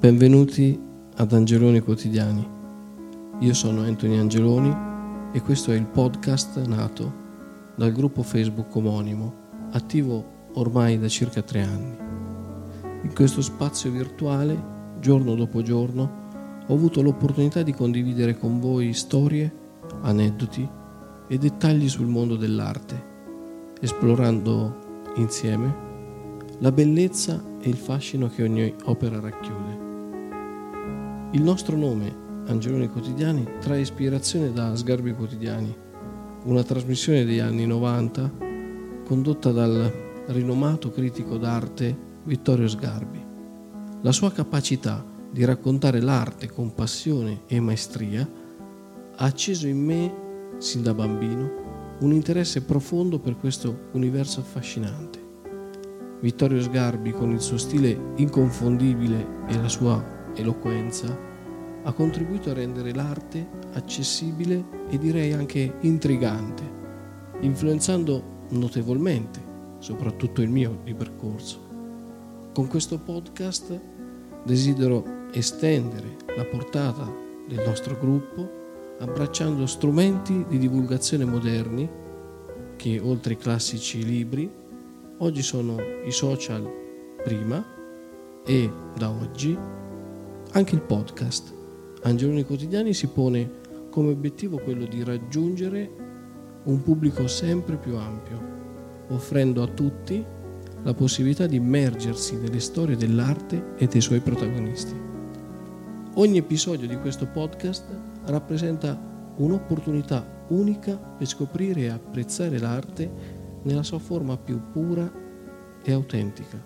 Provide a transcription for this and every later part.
Benvenuti ad Angeloni Quotidiani. Io sono Anthony Angeloni e questo è il podcast nato dal gruppo Facebook omonimo, attivo ormai da circa 3 anni. In questo spazio virtuale, giorno dopo giorno, ho avuto l'opportunità di condividere con voi storie, aneddoti e dettagli sul mondo dell'arte, esplorando insieme la bellezza e il fascino che ogni opera racchiude. Il nostro nome, Angeloni Quotidiani, trae ispirazione da Sgarbi Quotidiani, una trasmissione degli anni 90 condotta dal rinomato critico d'arte Vittorio Sgarbi. La sua capacità di raccontare l'arte con passione e maestria ha acceso in me, sin da bambino, un interesse profondo per questo universo affascinante. Vittorio Sgarbi, con il suo stile inconfondibile e la sua eloquenza, ha contribuito a rendere l'arte accessibile e direi anche intrigante, influenzando notevolmente soprattutto il mio di percorso. Con questo podcast desidero estendere la portata del nostro gruppo, abbracciando strumenti di divulgazione moderni che, oltre ai classici libri, oggi sono i social prima e da oggi anche il podcast. Angeloni Quotidiani si pone come obiettivo quello di raggiungere un pubblico sempre più ampio, offrendo a tutti la possibilità di immergersi nelle storie dell'arte e dei suoi protagonisti. Ogni episodio di questo podcast rappresenta un'opportunità unica per scoprire e apprezzare l'arte nella sua forma più pura e autentica.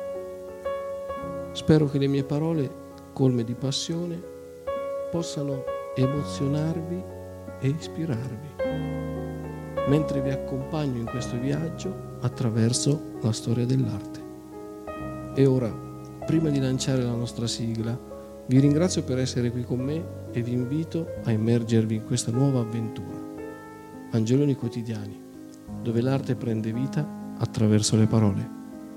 Spero che le mie parole, colme di passione, possano emozionarvi e ispirarvi, mentre vi accompagno in questo viaggio attraverso la storia dell'arte. E ora, prima di lanciare la nostra sigla, vi ringrazio per essere qui con me e vi invito a immergervi in questa nuova avventura. Angeloni Quotidiani, dove l'arte prende vita attraverso le parole.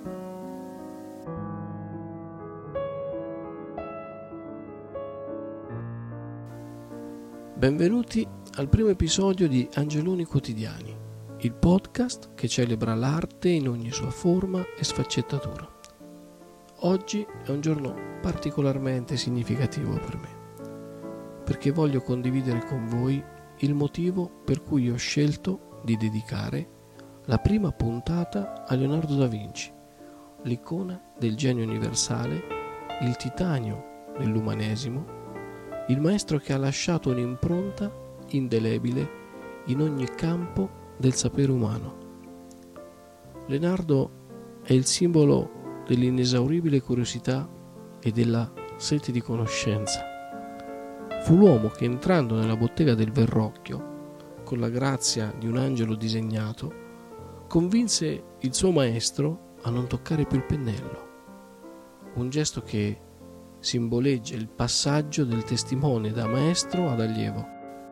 Benvenuti al primo episodio di Angeloni Quotidiani, il podcast che celebra l'arte in ogni sua forma e sfaccettatura. Oggi è un giorno particolarmente significativo per me, perché voglio condividere con voi il motivo per cui ho scelto di dedicare la prima puntata a Leonardo da Vinci, l'icona del genio universale, il titanio dell'umanesimo, il maestro che ha lasciato un'impronta indelebile in ogni campo del sapere umano. Leonardo è il simbolo dell'inesauribile curiosità e della sete di conoscenza. Fu l'uomo che, entrando nella bottega del Verrocchio, con la grazia di un angelo disegnato, convinse il suo maestro a non toccare più il pennello. Un gesto che simboleggia il passaggio del testimone da maestro ad allievo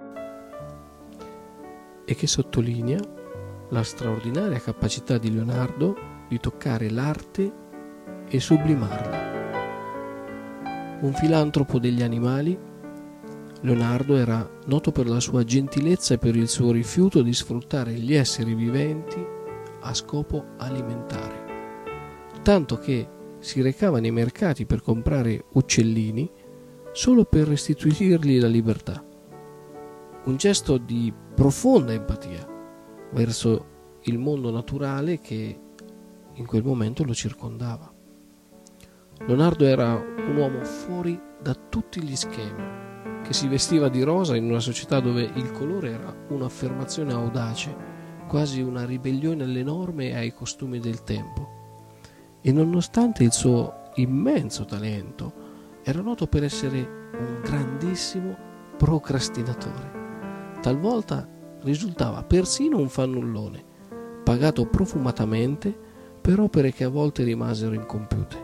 e che sottolinea la straordinaria capacità di Leonardo di toccare l'arte e sublimarla. Un filantropo degli animali, Leonardo era noto per la sua gentilezza e per il suo rifiuto di sfruttare gli esseri viventi a scopo alimentare, tanto che si recava nei mercati per comprare uccellini solo per restituirgli la libertà. Un gesto di profonda empatia verso il mondo naturale che in quel momento lo circondava. Leonardo era un uomo fuori da tutti gli schemi, che si vestiva di rosa in una società dove il colore era un'affermazione audace, quasi una ribellione alle norme e ai costumi del tempo. E nonostante il suo immenso talento, era noto per essere un grandissimo procrastinatore. Talvolta risultava persino un fannullone, pagato profumatamente per opere che a volte rimasero incompiute.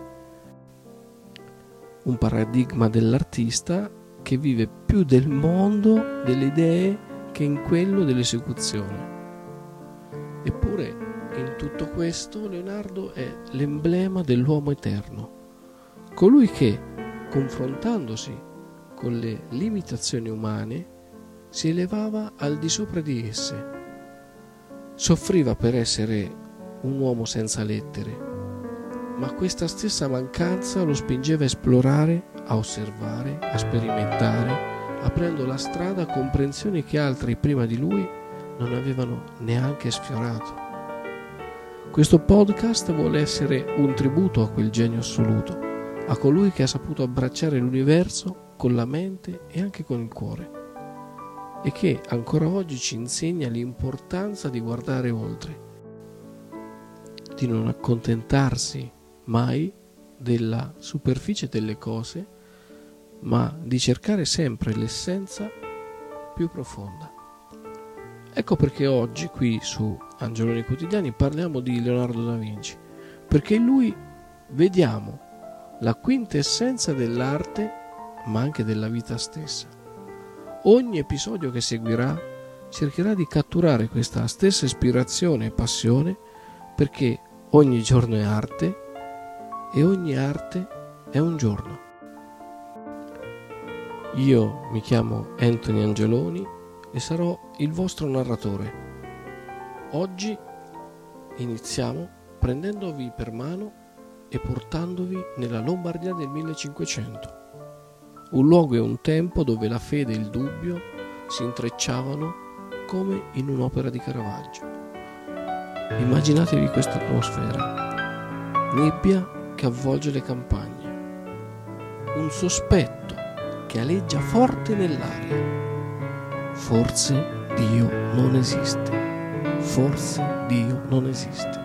Un paradigma dell'artista che vive più del mondo delle idee che in quello dell'esecuzione. Eppure, in tutto questo, Leonardo è l'emblema dell'uomo eterno, colui che, confrontandosi con le limitazioni umane, si elevava al di sopra di esse. Soffriva per essere un uomo senza lettere, ma questa stessa mancanza lo spingeva a esplorare, a osservare, a sperimentare, aprendo la strada a comprensioni che altri prima di lui non avevano neanche sfiorato. Questo podcast vuole essere un tributo a quel genio assoluto, a colui che ha saputo abbracciare l'universo con la mente e anche con il cuore, e che ancora oggi ci insegna l'importanza di guardare oltre, di non accontentarsi mai della superficie delle cose, ma di cercare sempre l'essenza più profonda. Ecco perché oggi qui su Angeloni Quotidiani parliamo di Leonardo da Vinci, perché in lui vediamo la quintessenza dell'arte, ma anche della vita stessa. Ogni episodio che seguirà cercherà di catturare questa stessa ispirazione e passione, perché ogni giorno è arte e ogni arte è un giorno. Io mi chiamo Anthony Angeloni e sarò il vostro narratore. Oggi iniziamo prendendovi per mano e portandovi nella Lombardia del 1500, un luogo e un tempo dove la fede e il dubbio si intrecciavano come in un'opera di Caravaggio. Immaginatevi questa atmosfera: nebbia che avvolge le campagne, un sospetto che aleggia forte nell'aria. Forse Dio non esiste. Forse Dio non esiste.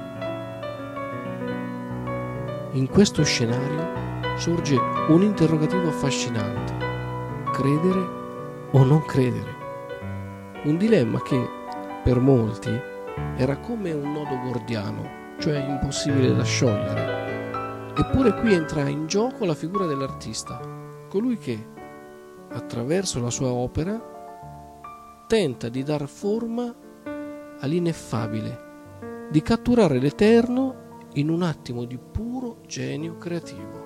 In questo scenario sorge un interrogativo affascinante: credere o non credere? Un dilemma che per molti era come un nodo gordiano, cioè impossibile da sciogliere. Eppure qui entra in gioco la figura dell'artista, colui che, attraverso la sua opera, tenta di dar forma all'ineffabile, di catturare l'eterno in un attimo di puro genio creativo.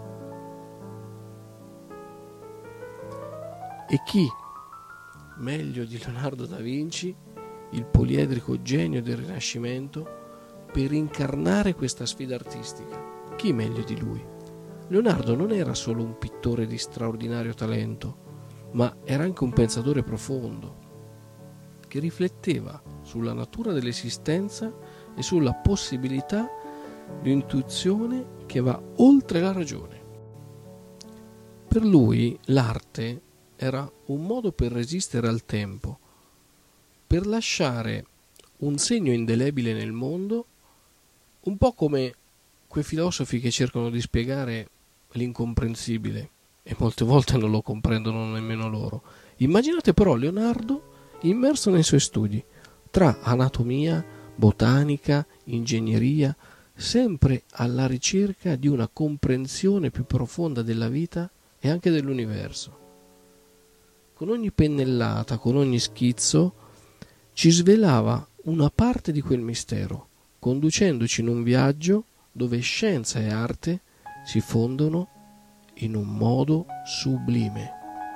E chi, meglio di Leonardo da Vinci, il poliedrico genio del Rinascimento, per incarnare questa sfida artistica? Chi meglio di lui? Leonardo non era solo un pittore di straordinario talento, ma era anche un pensatore profondo, che rifletteva sulla natura dell'esistenza e sulla possibilità di un'intuizione che va oltre la ragione. Per lui l'arte era un modo per resistere al tempo, per lasciare un segno indelebile nel mondo, un po' come quei filosofi che cercano di spiegare l'incomprensibile e molte volte non lo comprendono nemmeno loro. Immaginate però Leonardo immerso nei suoi studi, tra anatomia, botanica, ingegneria, sempre alla ricerca di una comprensione più profonda della vita e anche dell'universo. Con ogni pennellata, con ogni schizzo, ci svelava una parte di quel mistero, conducendoci in un viaggio dove scienza e arte si fondono in un modo sublime.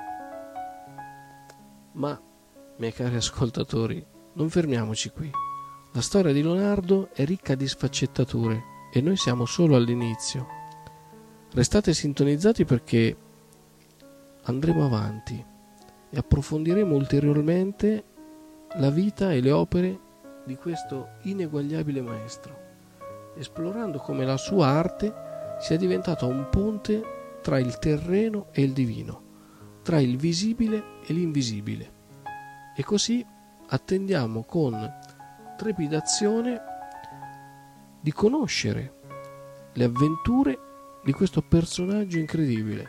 Ma, miei cari ascoltatori, non fermiamoci qui. La storia di Leonardo è ricca di sfaccettature e noi siamo solo all'inizio. Restate sintonizzati perché andremo avanti e approfondiremo ulteriormente la vita e le opere di questo ineguagliabile maestro, esplorando come la sua arte sia diventata un ponte tra il terreno e il divino, tra il visibile e l'invisibile. E così attendiamo con trepidazione di conoscere le avventure di questo personaggio incredibile.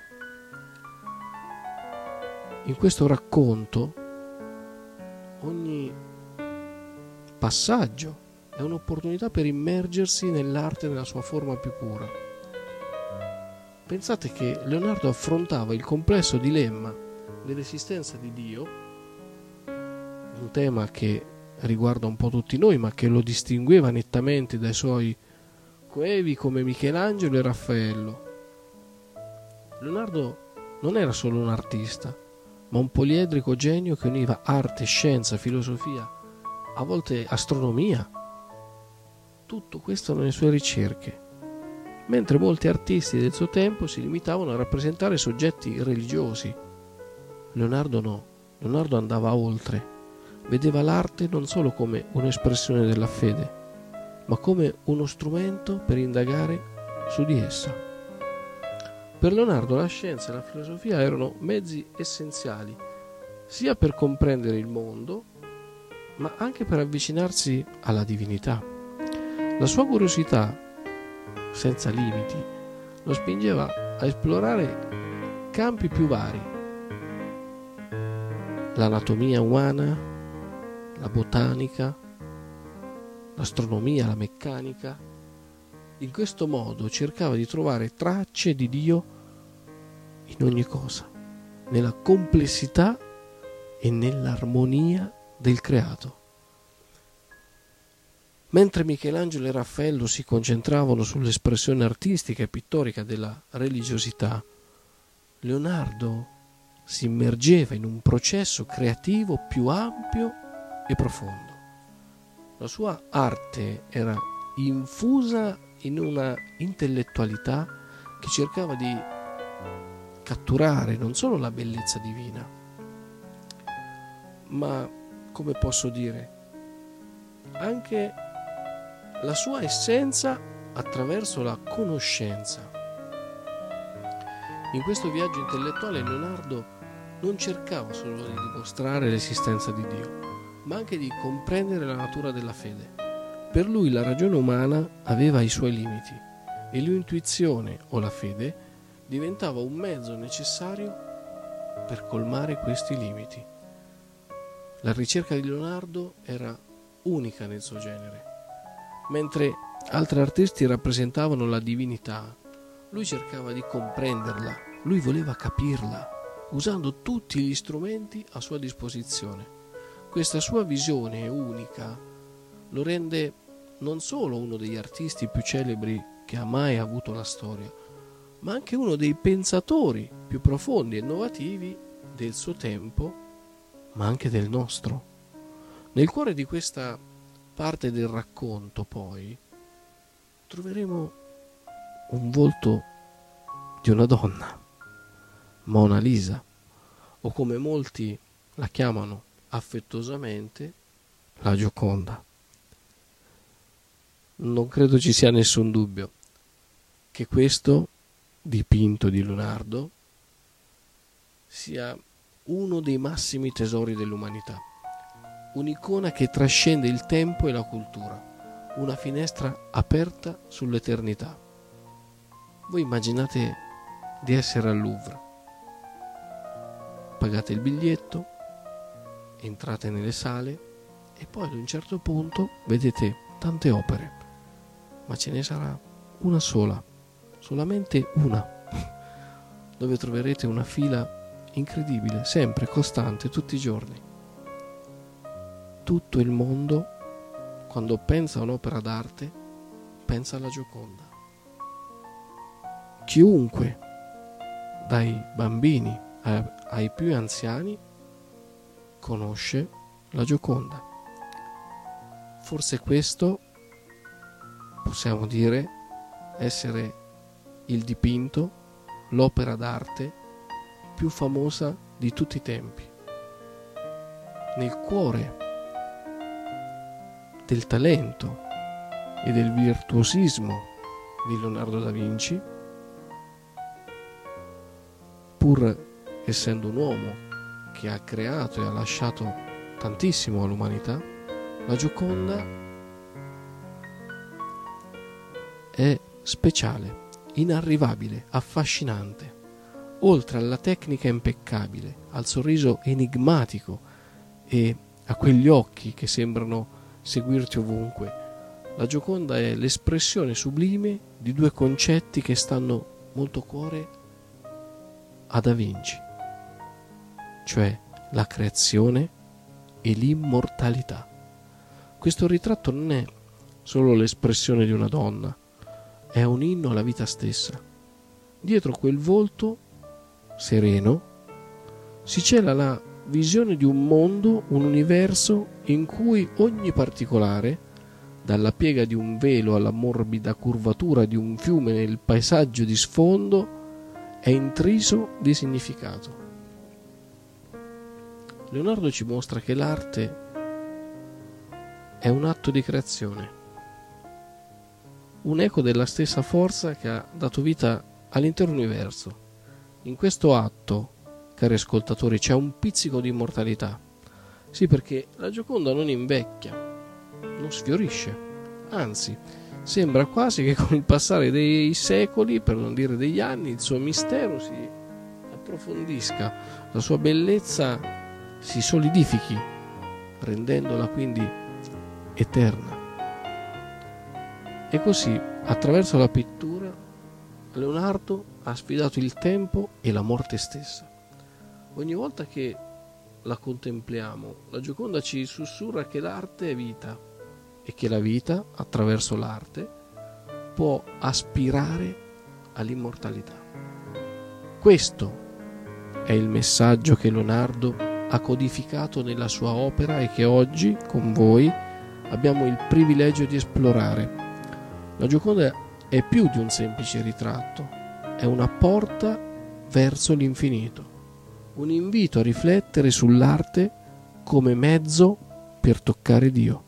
In questo racconto ogni passaggio è un'opportunità per immergersi nell'arte nella sua forma più pura. Pensate che Leonardo affrontava il complesso dilemma dell'esistenza di Dio, un tema che riguarda un po' tutti noi, ma che lo distingueva nettamente dai suoi coevi come Michelangelo e Raffaello. Leonardo non era solo un artista, ma un poliedrico genio che univa arte, scienza, filosofia, a volte astronomia. Tutto questo nelle sue ricerche, mentre molti artisti del suo tempo si limitavano a rappresentare soggetti religiosi. Leonardo no, Leonardo andava oltre, vedeva l'arte non solo come un'espressione della fede, ma come uno strumento per indagare su di essa. Per Leonardo la scienza e la filosofia erano mezzi essenziali, sia per comprendere il mondo, ma anche per avvicinarsi alla divinità. La sua curiosità, senza limiti, lo spingeva a esplorare campi più vari: l'anatomia umana, la botanica, l'astronomia, la meccanica. In questo modo cercava di trovare tracce di Dio in ogni cosa, nella complessità e nell'armonia del creato. Mentre Michelangelo e Raffaello si concentravano sull'espressione artistica e pittorica della religiosità, Leonardo si immergeva in un processo creativo più ampio e profondo. La sua arte era infusa in una intellettualità che cercava di catturare non solo la bellezza divina, ma, come posso dire, anche la sua essenza attraverso la conoscenza. In questo viaggio intellettuale Leonardo non cercava solo di dimostrare l'esistenza di Dio, ma anche di comprendere la natura della fede. Per lui la ragione umana aveva i suoi limiti e l'intuizione o la fede diventava un mezzo necessario per colmare questi limiti. La ricerca di Leonardo era unica nel suo genere. Mentre altri artisti rappresentavano la divinità, lui cercava di comprenderla, lui voleva capirla, usando tutti gli strumenti a sua disposizione. Questa sua visione unica lo rende non solo uno degli artisti più celebri che ha mai avuto la storia, ma anche uno dei pensatori più profondi e innovativi del suo tempo, ma anche del nostro. Nel cuore di questa parte del racconto, poi, troveremo un volto di una donna, Mona Lisa, o come molti la chiamano affettuosamente, la Gioconda. Non credo ci sia nessun dubbio che questo dipinto di Leonardo sia uno dei massimi tesori dell'umanità, un'icona che trascende il tempo e la cultura, una finestra aperta sull'eternità. Voi immaginate di essere al Louvre, pagate il biglietto, entrate nelle sale e poi ad un certo punto vedete tante opere, ma ce ne sarà una sola, solamente una, dove troverete una fila incredibile, sempre costante, tutti i giorni. Tutto il mondo, quando pensa a un'opera d'arte, pensa alla Gioconda. Chiunque, dai bambini ai più anziani, conosce la Gioconda. Forse questo possiamo dire essere il dipinto, l'opera d'arte più famosa di tutti i tempi. Nel cuore del talento e del virtuosismo di Leonardo da Vinci, pur essendo un uomo che ha creato e ha lasciato tantissimo all'umanità, la Gioconda è speciale, inarrivabile, affascinante. Oltre alla tecnica impeccabile, al sorriso enigmatico e a quegli occhi che sembrano seguirti ovunque, la Gioconda è l'espressione sublime di due concetti che stanno molto a cuore a Da Vinci, cioè la creazione e l'immortalità. Questo ritratto non è solo l'espressione di una donna, è un inno alla vita stessa. Dietro quel volto sereno, si cela la visione di un mondo, un universo in cui ogni particolare, dalla piega di un velo alla morbida curvatura di un fiume nel paesaggio di sfondo, è intriso di significato. Leonardo ci mostra che l'arte è un atto di creazione, un eco della stessa forza che ha dato vita all'intero universo. In questo atto, cari ascoltatori, c'è un pizzico di immortalità. Sì, perché la Gioconda non invecchia, non sfiorisce, anzi, sembra quasi che con il passare dei secoli, per non dire degli anni, il suo mistero si approfondisca, la sua bellezza si solidifichi, rendendola quindi eterna. E così, attraverso la pittura, Leonardo ha sfidato il tempo e la morte stessa. Ogni volta che la contempliamo, la Gioconda ci sussurra che l'arte è vita e che la vita, attraverso l'arte, può aspirare all'immortalità. Questo è il messaggio che Leonardo ha codificato nella sua opera e che oggi, con voi, abbiamo il privilegio di esplorare. La Gioconda è più di un semplice ritratto, è una porta verso l'infinito, un invito a riflettere sull'arte come mezzo per toccare Dio.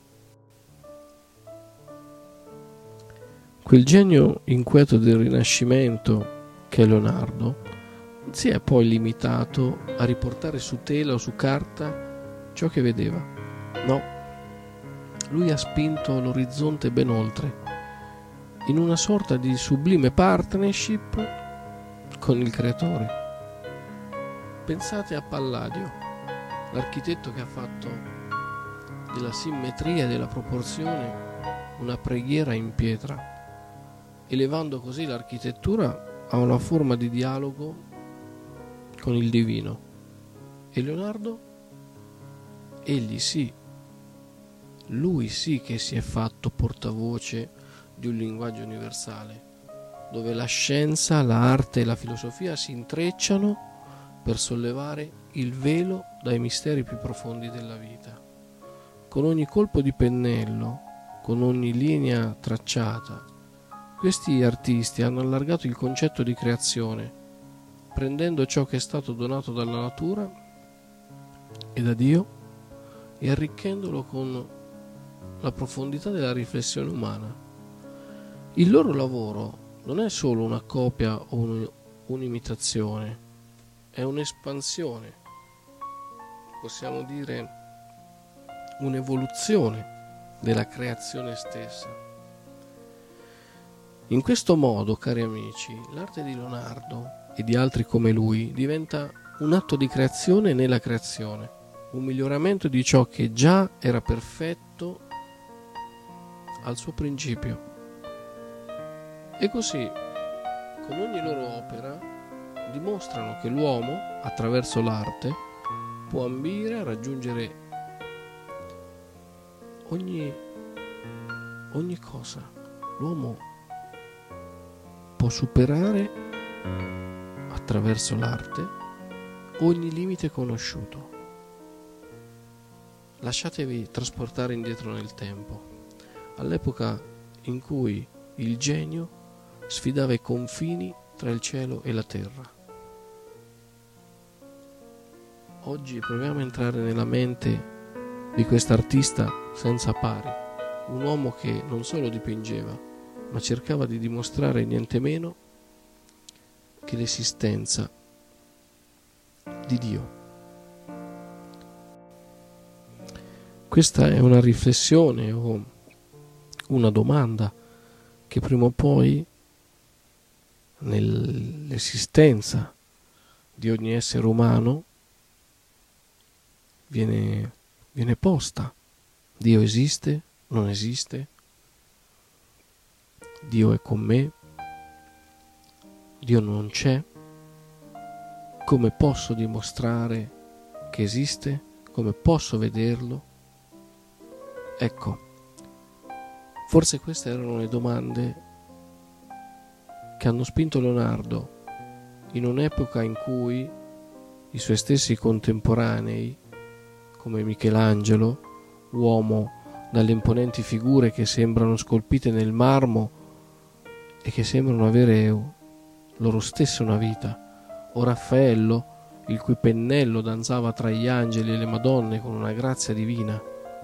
Quel genio inquieto del Rinascimento che è Leonardo non si è poi limitato a riportare su tela o su carta ciò che vedeva. No, lui ha spinto l'orizzonte ben oltre, in una sorta di sublime partnership con il creatore. Pensate a Palladio, l'architetto che ha fatto della simmetria e della proporzione una preghiera in pietra, elevando così l'architettura a una forma di dialogo con il divino. E Leonardo? Egli sì, lui sì che si è fatto portavoce di un linguaggio universale, dove la scienza, l'arte e la filosofia si intrecciano per sollevare il velo dai misteri più profondi della vita. Con ogni colpo di pennello, con ogni linea tracciata, questi artisti hanno allargato il concetto di creazione, prendendo ciò che è stato donato dalla natura e da Dio e arricchendolo con la profondità della riflessione umana. Il loro lavoro non è solo una copia o un'imitazione, è un'espansione, possiamo dire un'evoluzione della creazione stessa. In questo modo, cari amici, l'arte di Leonardo e di altri come lui diventa un atto di creazione nella creazione, un miglioramento di ciò che già era perfetto al suo principio. E così, con ogni loro opera, dimostrano che l'uomo, attraverso l'arte, può ambire a raggiungere ogni cosa. L'uomo può superare attraverso l'arte ogni limite conosciuto. Lasciatevi trasportare indietro nel tempo, all'epoca in cui il genio sfidava i confini tra il cielo e la terra. Oggi proviamo a entrare nella mente di quest'artista senza pari, un uomo che non solo dipingeva, ma cercava di dimostrare niente meno che l'esistenza di Dio. Questa è una riflessione o una domanda che prima o poi nell'esistenza di ogni essere umano viene posta. Dio esiste? Non esiste? Dio è con me? Dio non c'è? Come posso dimostrare che esiste? Come posso vederlo? Ecco, forse queste erano le domande che hanno spinto Leonardo in un'epoca in cui i suoi stessi contemporanei, come Michelangelo, uomo dalle imponenti figure che sembrano scolpite nel marmo e che sembrano avere loro stesse una vita, o Raffaello, il cui pennello danzava tra gli angeli e le madonne con una grazia divina,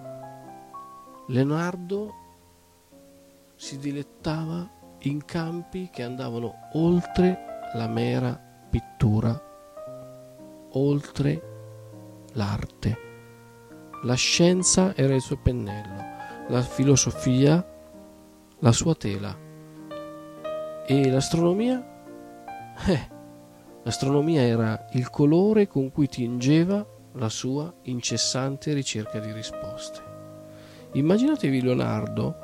Leonardo si dilettava in campi che andavano oltre la mera pittura, oltre l'arte. La scienza era il suo pennello, la filosofia la sua tela e l'astronomia? L'astronomia era il colore con cui tingeva la sua incessante ricerca di risposte. Immaginatevi Leonardo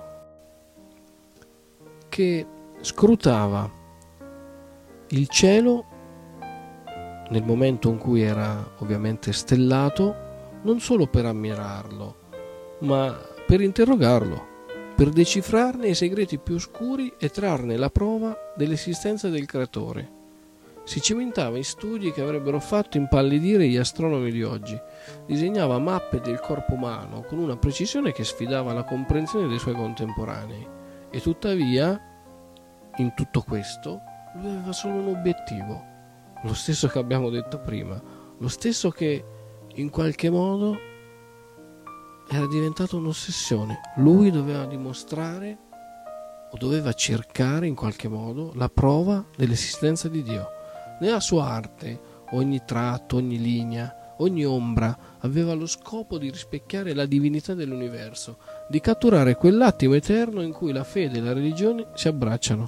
che scrutava il cielo nel momento in cui era ovviamente stellato, non solo per ammirarlo, ma per interrogarlo, per decifrarne i segreti più oscuri e trarne la prova dell'esistenza del creatore. Si cimentava in studi che avrebbero fatto impallidire gli astronomi di oggi, disegnava mappe del corpo umano con una precisione che sfidava la comprensione dei suoi contemporanei, e tuttavia, in tutto questo, lui aveva solo un obiettivo, lo stesso che abbiamo detto prima, lo stesso che in qualche modo era diventato un'ossessione. Lui doveva dimostrare o doveva cercare in qualche modo la prova dell'esistenza di Dio. Nella sua arte ogni tratto, ogni linea, ogni ombra aveva lo scopo di rispecchiare la divinità dell'universo, di catturare quell'attimo eterno in cui la fede e la religione si abbracciano.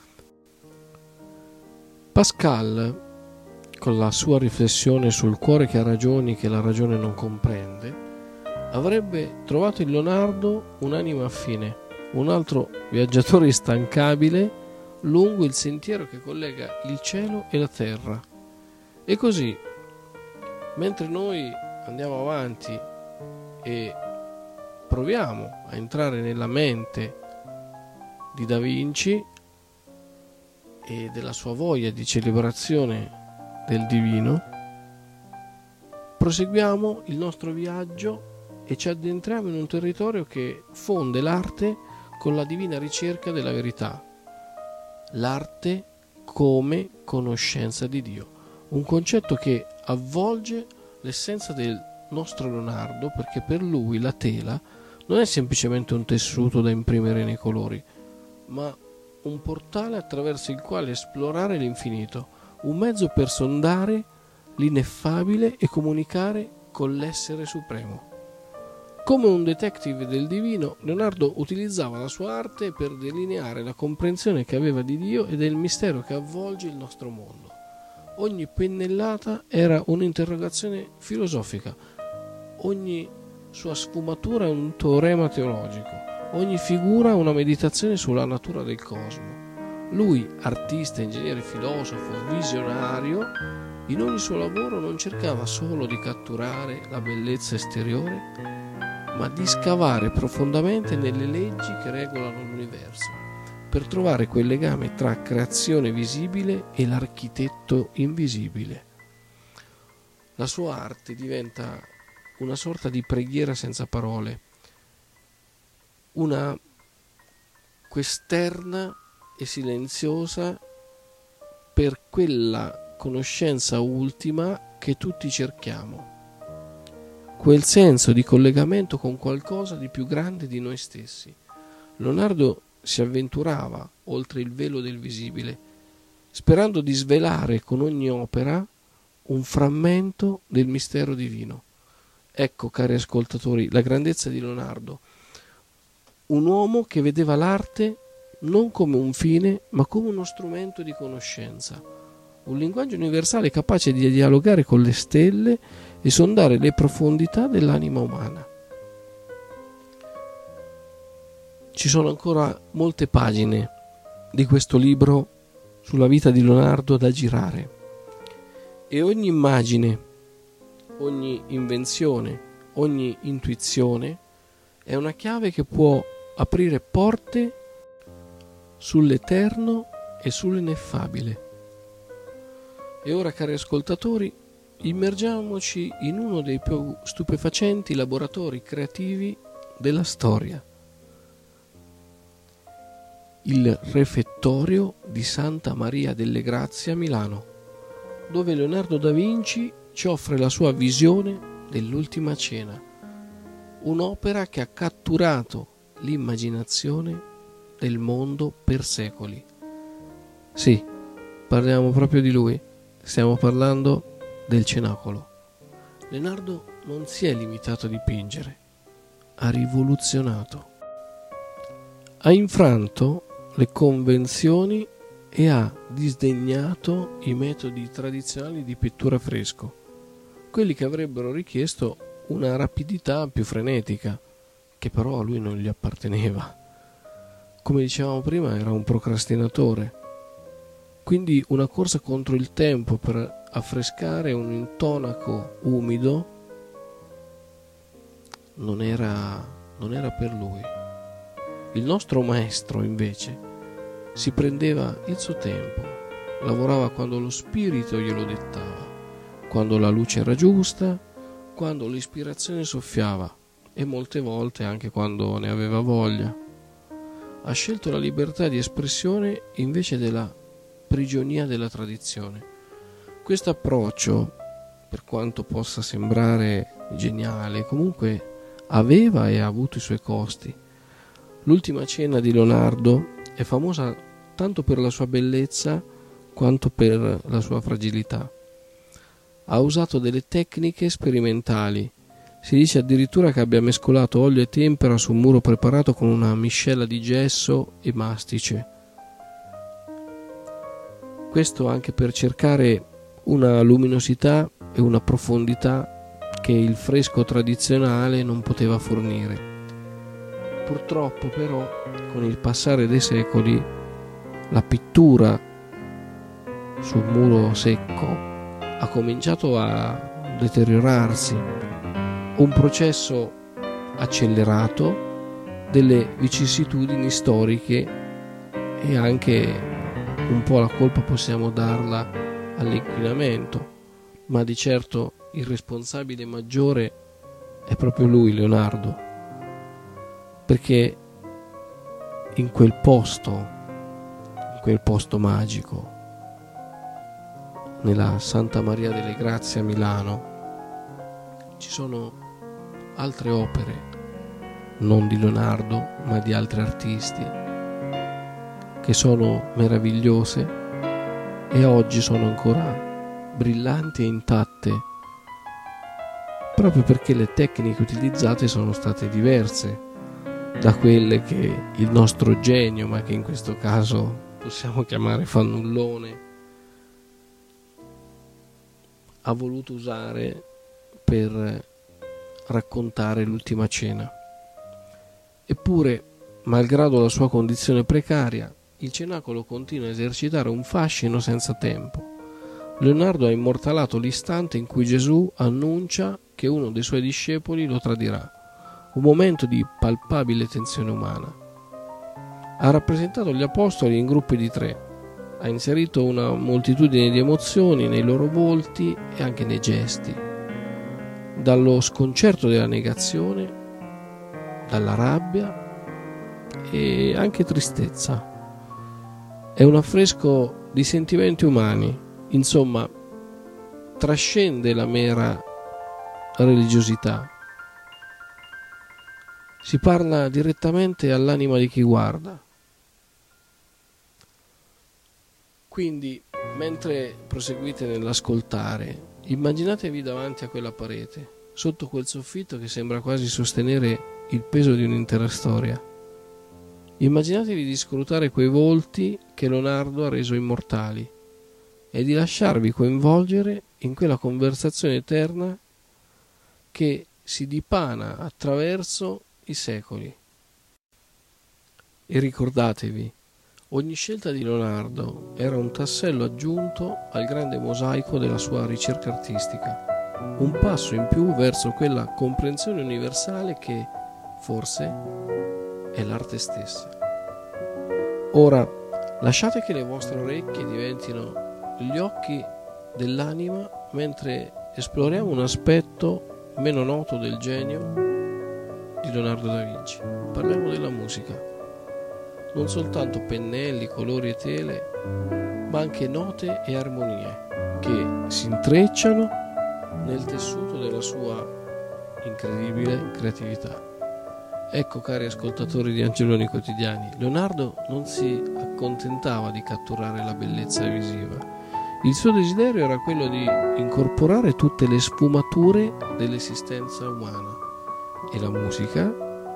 Pascal, con la sua riflessione sul cuore che ha ragioni che la ragione non comprende, avrebbe trovato in Leonardo un'anima affine, un altro viaggiatore instancabile lungo il sentiero che collega il cielo e la terra. E così, mentre noi andiamo avanti e proviamo a entrare nella mente di Da Vinci e della sua voglia di celebrazione del divino, proseguiamo il nostro viaggio e ci addentriamo in un territorio che fonde l'arte con la divina ricerca della verità, l'arte come conoscenza di Dio, un concetto che avvolge l'essenza del nostro Leonardo, perché per lui la tela non è semplicemente un tessuto da imprimere nei colori, ma un portale attraverso il quale esplorare l'infinito, un mezzo per sondare l'ineffabile e comunicare con l'essere supremo. Come un detective del divino, Leonardo utilizzava la sua arte per delineare la comprensione che aveva di Dio e del mistero che avvolge il nostro mondo. Ogni pennellata era un'interrogazione filosofica, ogni sua sfumatura un teorema teologico, ogni figura una meditazione sulla natura del cosmo. Lui, artista, ingegnere, filosofo, visionario, in ogni suo lavoro non cercava solo di catturare la bellezza esteriore, ma di scavare profondamente nelle leggi che regolano l'universo, per trovare quel legame tra creazione visibile e l'architetto invisibile. La sua arte diventa una sorta di preghiera senza parole, una questerna e silenziosa per quella conoscenza ultima che tutti cerchiamo, quel senso di collegamento con qualcosa di più grande di noi stessi. Leonardo si avventurava oltre il velo del visibile, sperando di svelare con ogni opera un frammento del mistero divino. Ecco, cari ascoltatori, la grandezza di Leonardo, un uomo che vedeva l'arte non come un fine, ma come uno strumento di conoscenza, un linguaggio universale capace di dialogare con le stelle e sondare le profondità dell'anima umana. Ci sono ancora molte pagine di questo libro sulla vita di Leonardo da girare, e ogni immagine, ogni invenzione, ogni intuizione è una chiave che può aprire porte sull'eterno e sull'ineffabile. E ora, cari ascoltatori, immergiamoci in uno dei più stupefacenti laboratori creativi della storia, il refettorio di Santa Maria delle Grazie a Milano, dove Leonardo da Vinci ci offre la sua visione dell'Ultima Cena, un'opera che ha catturato l'immaginazione del mondo per secoli. Sì, parliamo proprio di lui, stiamo parlando del Cenacolo. Leonardo non si è limitato a dipingere, ha rivoluzionato, ha infranto le convenzioni e ha disdegnato i metodi tradizionali di pittura a fresco, quelli che avrebbero richiesto una rapidità più frenetica, che però a lui non gli apparteneva. Come dicevamo prima, era un procrastinatore, quindi una corsa contro il tempo per affrescare un intonaco umido non era per lui. Il nostro maestro, invece, si prendeva il suo tempo, lavorava quando lo spirito glielo dettava, quando la luce era giusta, quando l'ispirazione soffiava e molte volte anche quando ne aveva voglia. Ha scelto la libertà di espressione invece della prigionia della tradizione. Questo approccio, per quanto possa sembrare geniale, comunque aveva e ha avuto i suoi costi. L'Ultima Cena di Leonardo è famosa tanto per la sua bellezza quanto per la sua fragilità. Ha usato delle tecniche sperimentali. Si dice addirittura che abbia mescolato olio e tempera su un muro preparato con una miscela di gesso e mastice. Questo anche per cercare una luminosità e una profondità che il fresco tradizionale non poteva fornire. Purtroppo però, con il passare dei secoli, la pittura sul muro secco ha cominciato a deteriorarsi, un processo accelerato delle vicissitudini storiche, e anche un po' la colpa possiamo darla all'inquinamento, ma di certo il responsabile maggiore è proprio lui, Leonardo, perché in quel posto magico, nella Santa Maria delle Grazie a Milano, ci sono altre opere, non di Leonardo, ma di altri artisti, che sono meravigliose e oggi sono ancora brillanti e intatte, proprio perché le tecniche utilizzate sono state diverse da quelle che il nostro genio, ma che in questo caso possiamo chiamare fannullone, ha voluto usare per raccontare l'Ultima Cena. Eppure, malgrado la sua condizione precaria, il Cenacolo continua a esercitare un fascino senza tempo. Leonardo ha immortalato l'istante in cui Gesù annuncia che uno dei suoi discepoli lo tradirà, un momento di palpabile tensione umana. Ha rappresentato gli apostoli in gruppi di 3, ha inserito una moltitudine di emozioni nei loro volti e anche nei gesti, dallo sconcerto della negazione, dalla rabbia e anche tristezza. È un affresco di sentimenti umani, insomma, trascende la mera religiosità. Si parla direttamente all'anima di chi guarda. Quindi, mentre proseguite nell'ascoltare, immaginatevi davanti a quella parete, sotto quel soffitto che sembra quasi sostenere il peso di un'intera storia. Immaginatevi di scrutare quei volti che Leonardo ha reso immortali e di lasciarvi coinvolgere in quella conversazione eterna che si dipana attraverso i secoli. E ricordatevi, ogni scelta di Leonardo era un tassello aggiunto al grande mosaico della sua ricerca artistica, un passo in più verso quella comprensione universale che, forse, è l'arte stessa. Ora, lasciate che le vostre orecchie diventino gli occhi dell'anima mentre esploriamo un aspetto meno noto del genio di Leonardo da Vinci. Parliamo della musica. Non soltanto pennelli, colori e tele, ma anche note e armonie che si intrecciano nel tessuto della sua incredibile creatività. Ecco, cari ascoltatori di Angeloni Quotidiani, Leonardo non si accontentava di catturare la bellezza visiva. Il suo desiderio era quello di incorporare tutte le sfumature dell'esistenza umana, e la musica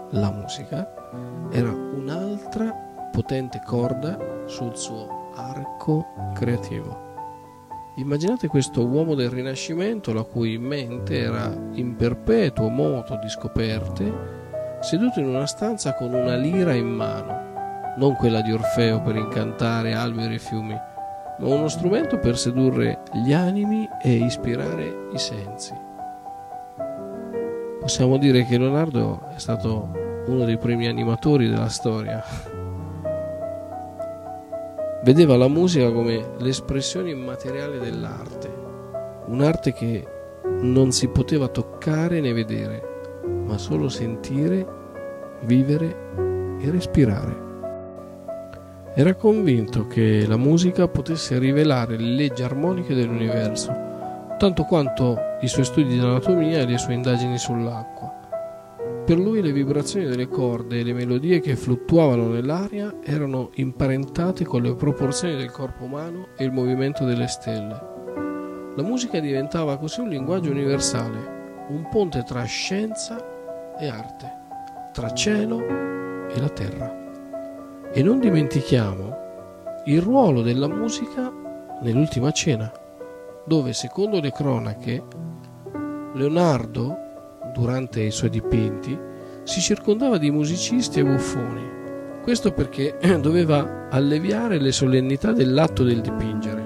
era un'altra potente corda sul suo arco creativo. Immaginate questo uomo del Rinascimento, la cui mente era in perpetuo moto di scoperte, seduto in una stanza con una lira in mano, non quella di Orfeo per incantare alberi e fiumi, ma uno strumento per sedurre gli animi e ispirare i sensi. Possiamo dire che Leonardo è stato uno dei primi animatori della storia. Vedeva la musica come l'espressione immateriale dell'arte, un'arte che non si poteva toccare né vedere, ma solo sentire, vivere e respirare. Era convinto che la musica potesse rivelare le leggi armoniche dell'universo, tanto quanto i suoi studi di anatomia e le sue indagini sull'acqua. Per lui le vibrazioni delle corde e le melodie che fluttuavano nell'aria erano imparentate con le proporzioni del corpo umano e il movimento delle stelle. La musica diventava così un linguaggio universale, un ponte tra scienza e arte, tra cielo e la terra. E non dimentichiamo il ruolo della musica nell'Ultima Cena, dove, secondo le cronache, Leonardo, durante i suoi dipinti, si circondava di musicisti e buffoni. Questo perché doveva alleviare le solennità dell'atto del dipingere.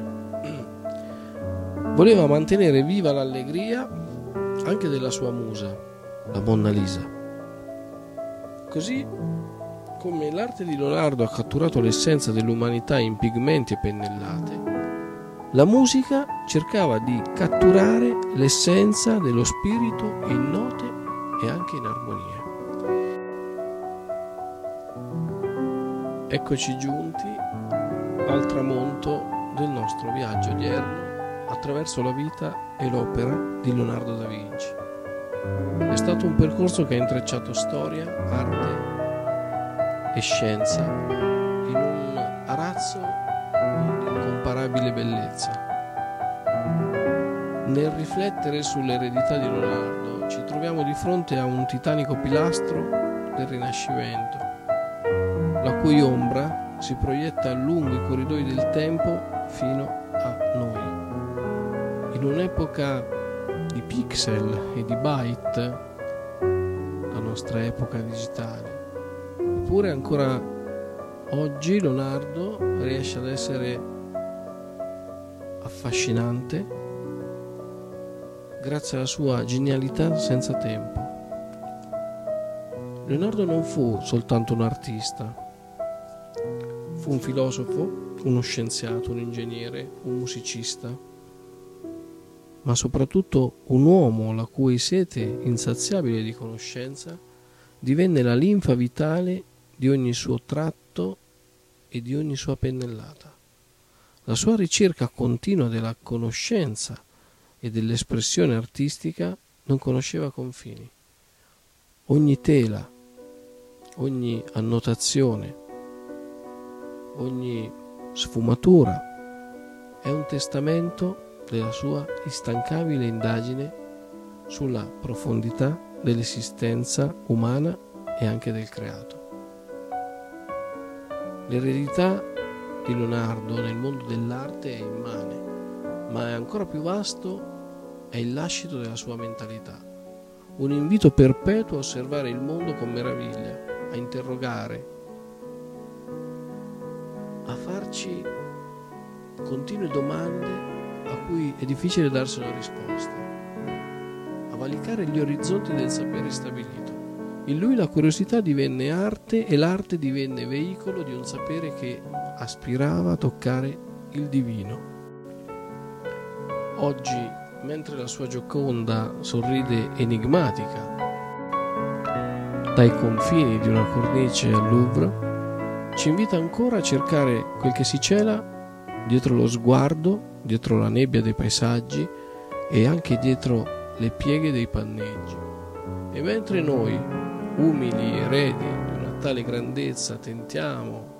Voleva mantenere viva l'allegria anche della sua musa, la Monna Lisa. Così come l'arte di Leonardo ha catturato l'essenza dell'umanità in pigmenti e pennellate, la musica cercava di catturare l'essenza dello spirito in note e anche in armonia. Eccoci giunti al tramonto del nostro viaggio odierno attraverso la vita e l'opera di Leonardo da Vinci. È stato un percorso che ha intrecciato storia, arte e scienza in un arazzo di incomparabile bellezza. Nel riflettere sull'eredità di Leonardo ci troviamo di fronte a un titanico pilastro del Rinascimento, la cui ombra si proietta lungo i corridoi del tempo fino a noi. In un'epoca di pixel e di byte, la nostra epoca digitale, eppure ancora oggi Leonardo riesce ad essere affascinante grazie alla sua genialità senza tempo. Leonardo non fu soltanto un artista, fu un filosofo, uno scienziato, un ingegnere, un musicista, ma soprattutto un uomo la cui sete insaziabile di conoscenza divenne la linfa vitale di ogni suo tratto e di ogni sua pennellata. La sua ricerca continua della conoscenza e dell'espressione artistica non conosceva confini. Ogni tela, ogni annotazione, ogni sfumatura è un testamento della sua instancabile indagine sulla profondità dell'esistenza umana e anche del creato. L'eredità di Leonardo nel mondo dell'arte è immane, ma è ancora più vasto è il lascito della sua mentalità, un invito perpetuo a osservare il mondo con meraviglia, a interrogare, a farci continue domande a cui è difficile darsi una risposta, a valicare gli orizzonti del sapere stabilito. In lui la curiosità divenne arte e l'arte divenne veicolo di un sapere che aspirava a toccare il divino. oggi, mentre la sua Gioconda sorride enigmatica dai confini di una cornice al Louvre, ci invita ancora a cercare quel che si cela dietro lo sguardo, dietro la nebbia dei paesaggi e anche dietro le pieghe dei panneggi. E mentre noi, umili eredi di una tale grandezza, tentiamo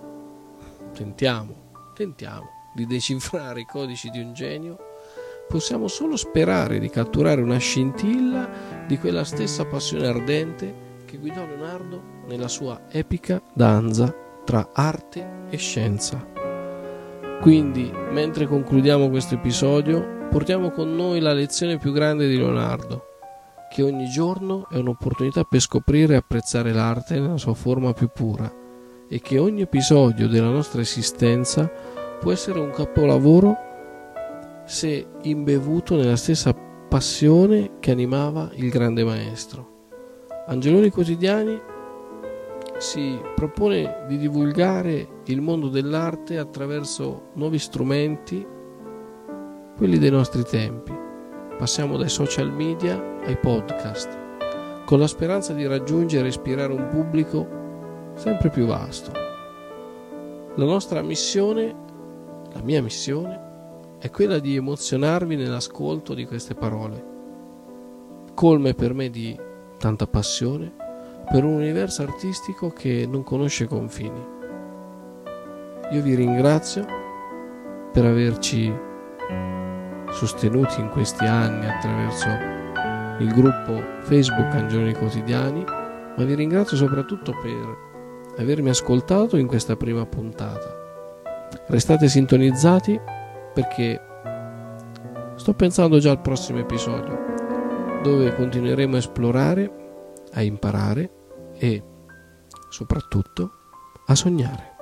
di decifrare i codici di un genio, possiamo solo sperare di catturare una scintilla di quella stessa passione ardente che guidò Leonardo nella sua epica danza tra arte e scienza. Quindi, mentre concludiamo questo episodio, portiamo con noi la lezione più grande di Leonardo, che ogni giorno è un'opportunità per scoprire e apprezzare l'arte nella sua forma più pura, e che ogni episodio della nostra esistenza può essere un capolavoro se imbevuto nella stessa passione che animava il grande maestro. Angeloni Quotidiani si propone di divulgare il mondo dell'arte attraverso nuovi strumenti, quelli dei nostri tempi. Passiamo dai social media ai podcast, con la speranza di raggiungere e ispirare un pubblico sempre più vasto. La nostra missione, la mia missione, è quella di emozionarvi nell'ascolto di queste parole, colme per me di tanta passione per un universo artistico che non conosce confini. Io vi ringrazio per averci sostenuti in questi anni attraverso il gruppo Facebook Angeloni Quotidiani, ma vi ringrazio soprattutto per avermi ascoltato in questa prima puntata. Restate sintonizzati perché sto pensando già al prossimo episodio, dove continueremo a esplorare, a imparare e soprattutto a sognare.